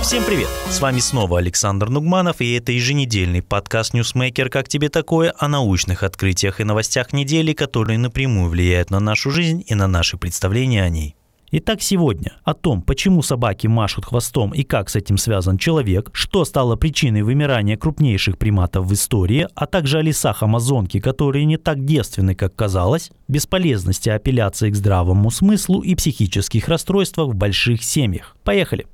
Всем привет! С вами снова Александр Нугманов, и это еженедельный подкаст «Ньюсмейкер. Как тебе такое?» о научных открытиях и новостях недели, которые напрямую влияют на нашу жизнь и на наши представления о ней. Итак, сегодня о том, почему собаки машут хвостом и как с этим связан человек, что стало причиной вымирания крупнейших приматов в истории, а также о лесах Амазонки, которые не так девственны, как казалось, бесполезности апелляции к здравому смыслу и психических расстройствах в больших семьях. Поехали!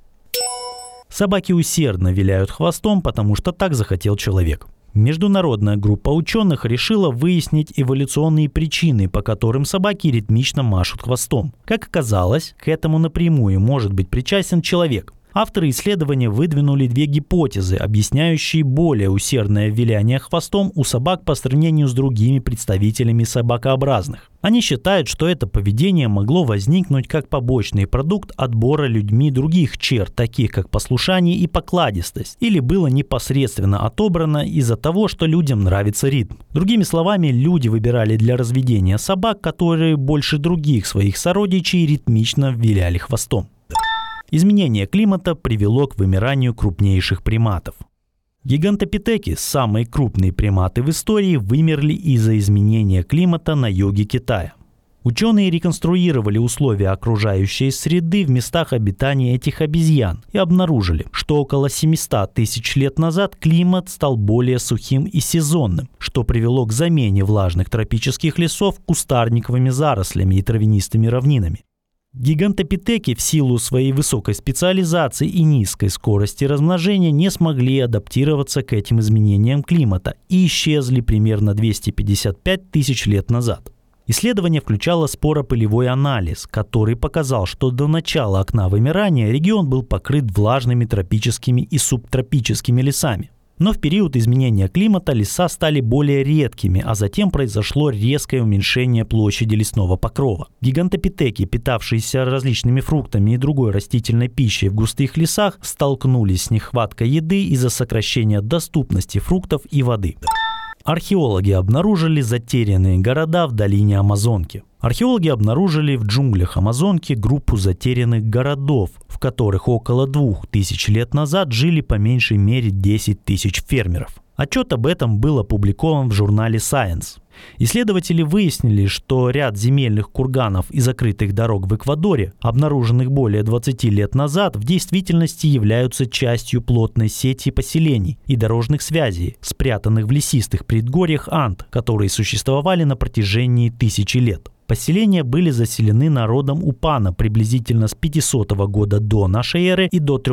Собаки усердно виляют хвостом, потому что так захотел человек. Международная группа ученых решила выяснить эволюционные причины, по которым собаки ритмично машут хвостом. Как оказалось, к этому напрямую может быть причастен человек. Авторы исследования выдвинули две гипотезы, объясняющие более усердное виляние хвостом у собак по сравнению с другими представителями собакообразных. Они считают, что это поведение могло возникнуть как побочный продукт отбора людьми других черт, таких как послушание и покладистость, или было непосредственно отобрано из-за того, что людям нравится ритм. Другими словами, люди выбирали для разведения собак, которые больше других своих сородичей ритмично виляли хвостом. Изменение климата привело к вымиранию крупнейших приматов. Гигантопитеки, самые крупные приматы в истории, вымерли из-за изменения климата на юге Китая. Ученые реконструировали условия окружающей среды в местах обитания этих обезьян и обнаружили, что около 700 тысяч лет назад климат стал более сухим и сезонным, что привело к замене влажных тропических лесов кустарниковыми зарослями и травянистыми равнинами. Гигантопитеки в силу своей высокой специализации и низкой скорости размножения не смогли адаптироваться к этим изменениям климата и исчезли примерно 255 тысяч лет назад. Исследование включало споропылевой анализ, который показал, что до начала окна вымирания регион был покрыт влажными тропическими и субтропическими лесами. Но в период изменения климата леса стали более редкими, а затем произошло резкое уменьшение площади лесного покрова. Гигантопитеки, питавшиеся различными фруктами и другой растительной пищей в густых лесах, столкнулись с нехваткой еды из-за сокращения доступности фруктов и воды. Археологи обнаружили затерянные города в долине Амазонки. Археологи обнаружили в джунглях Амазонки группу затерянных городов, в которых около 2000 лет назад жили по меньшей мере 10 тысяч фермеров. Отчет об этом был опубликован в журнале Science. Исследователи выяснили, что ряд земельных курганов и закрытых дорог в Эквадоре, обнаруженных более 20 лет назад, в действительности являются частью плотной сети поселений и дорожных связей, спрятанных в лесистых предгорьях Анд, которые существовали на протяжении тысячи лет. Поселения были заселены народом Упана приблизительно с 500 года до нашей эры и до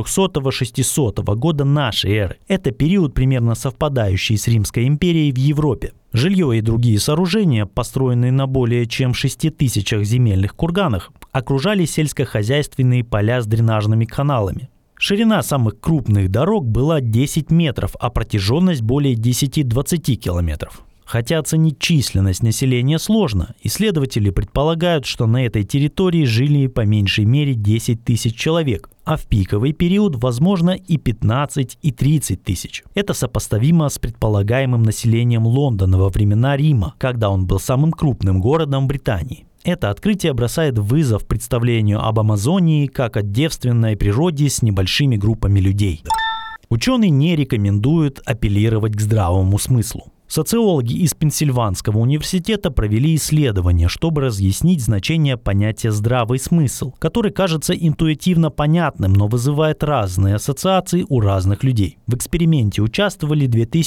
300-600 года нашей эры. Это период, примерно совпадающий с Римской империей в Европе. Жилье и другие сооружения, построенные на более чем 6000 земельных курганах, окружали сельскохозяйственные поля с дренажными каналами. Ширина самых крупных дорог была 10 метров, а протяженность более 10-20 километров. Хотя оценить численность населения сложно, исследователи предполагают, что на этой территории жили по меньшей мере 10 тысяч человек, а в пиковый период, возможно, и 15, и 30 тысяч. Это сопоставимо с предполагаемым населением Лондона во времена Рима, когда он был самым крупным городом Британии. Это открытие бросает вызов представлению об Амазонии как о девственной природе с небольшими группами людей. Ученые не рекомендуют апеллировать к здравому смыслу. Социологи из Пенсильванского университета провели исследование, чтобы разъяснить значение понятия «здравый смысл», который кажется интуитивно понятным, но вызывает разные ассоциации у разных людей. В эксперименте участвовали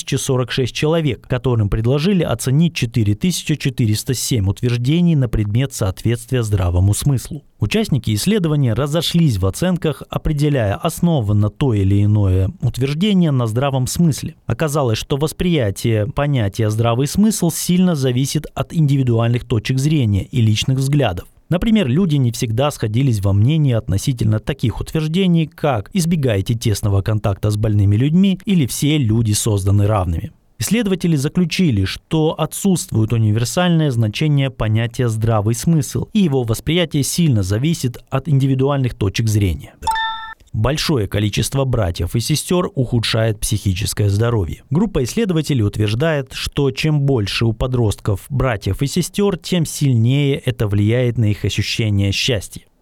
2046 человек, которым предложили оценить 4407 утверждений на предмет соответствия здравому смыслу. Участники исследования разошлись в оценках, определяя, основано то или иное утверждение на здравом смысле. Оказалось, что восприятие понятия «здравый смысл» сильно зависит от индивидуальных точек зрения и личных взглядов. Например, люди не всегда сходились во мнении относительно таких утверждений, как «избегайте тесного контакта с больными людьми» или «все люди созданы равными». Исследователи заключили, что отсутствует универсальное значение понятия «здравый смысл», и его восприятие сильно зависит от индивидуальных точек зрения. Большое количество братьев и сестер ухудшает психическое здоровье. Группа исследователей утверждает, что чем больше у подростков братьев и сестер, тем сильнее это влияет на их ощущение счастья.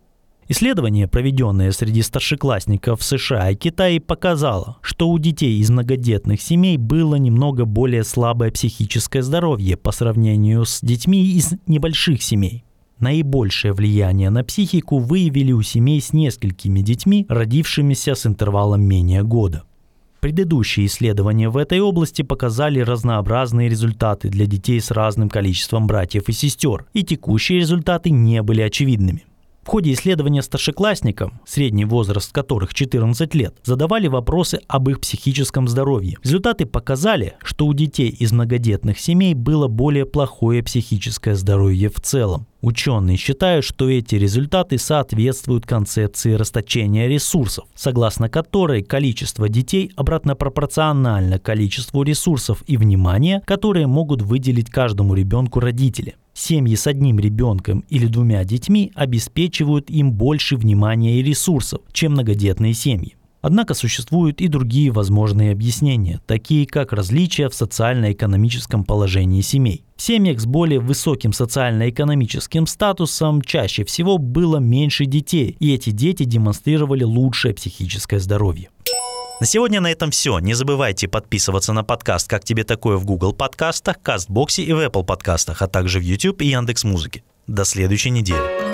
Исследование, проведенное среди старшеклассников в США и Китае, показало, что у детей из многодетных семей было немного более слабое психическое здоровье по сравнению с детьми из небольших семей. Наибольшее влияние на психику выявили у семей с несколькими детьми, родившимися с интервалом менее года. Предыдущие исследования в этой области показали разнообразные результаты для детей с разным количеством братьев и сестер, и текущие результаты не были очевидными. В ходе исследования старшеклассникам, средний возраст которых 14 лет, задавали вопросы об их психическом здоровье. Результаты показали, что у детей из многодетных семей было более плохое психическое здоровье в целом. Ученые считают, что эти результаты соответствуют концепции расточения ресурсов, согласно которой количество детей обратно пропорционально количеству ресурсов и внимания, которые могут выделить каждому ребенку родители. Семьи с одним ребенком или двумя детьми обеспечивают им больше внимания и ресурсов, чем многодетные семьи. Однако существуют и другие возможные объяснения, такие как различия в социально-экономическом положении семей. В семьях с более высоким социально-экономическим статусом чаще всего было меньше детей, и эти дети демонстрировали лучшее психическое здоровье. На сегодня на этом все. Не забывайте подписываться на подкаст «Как тебе такое» в Google подкастах, Кастбоксе и в Apple подкастах, а также в YouTube и Яндекс.Музыке. До следующей недели.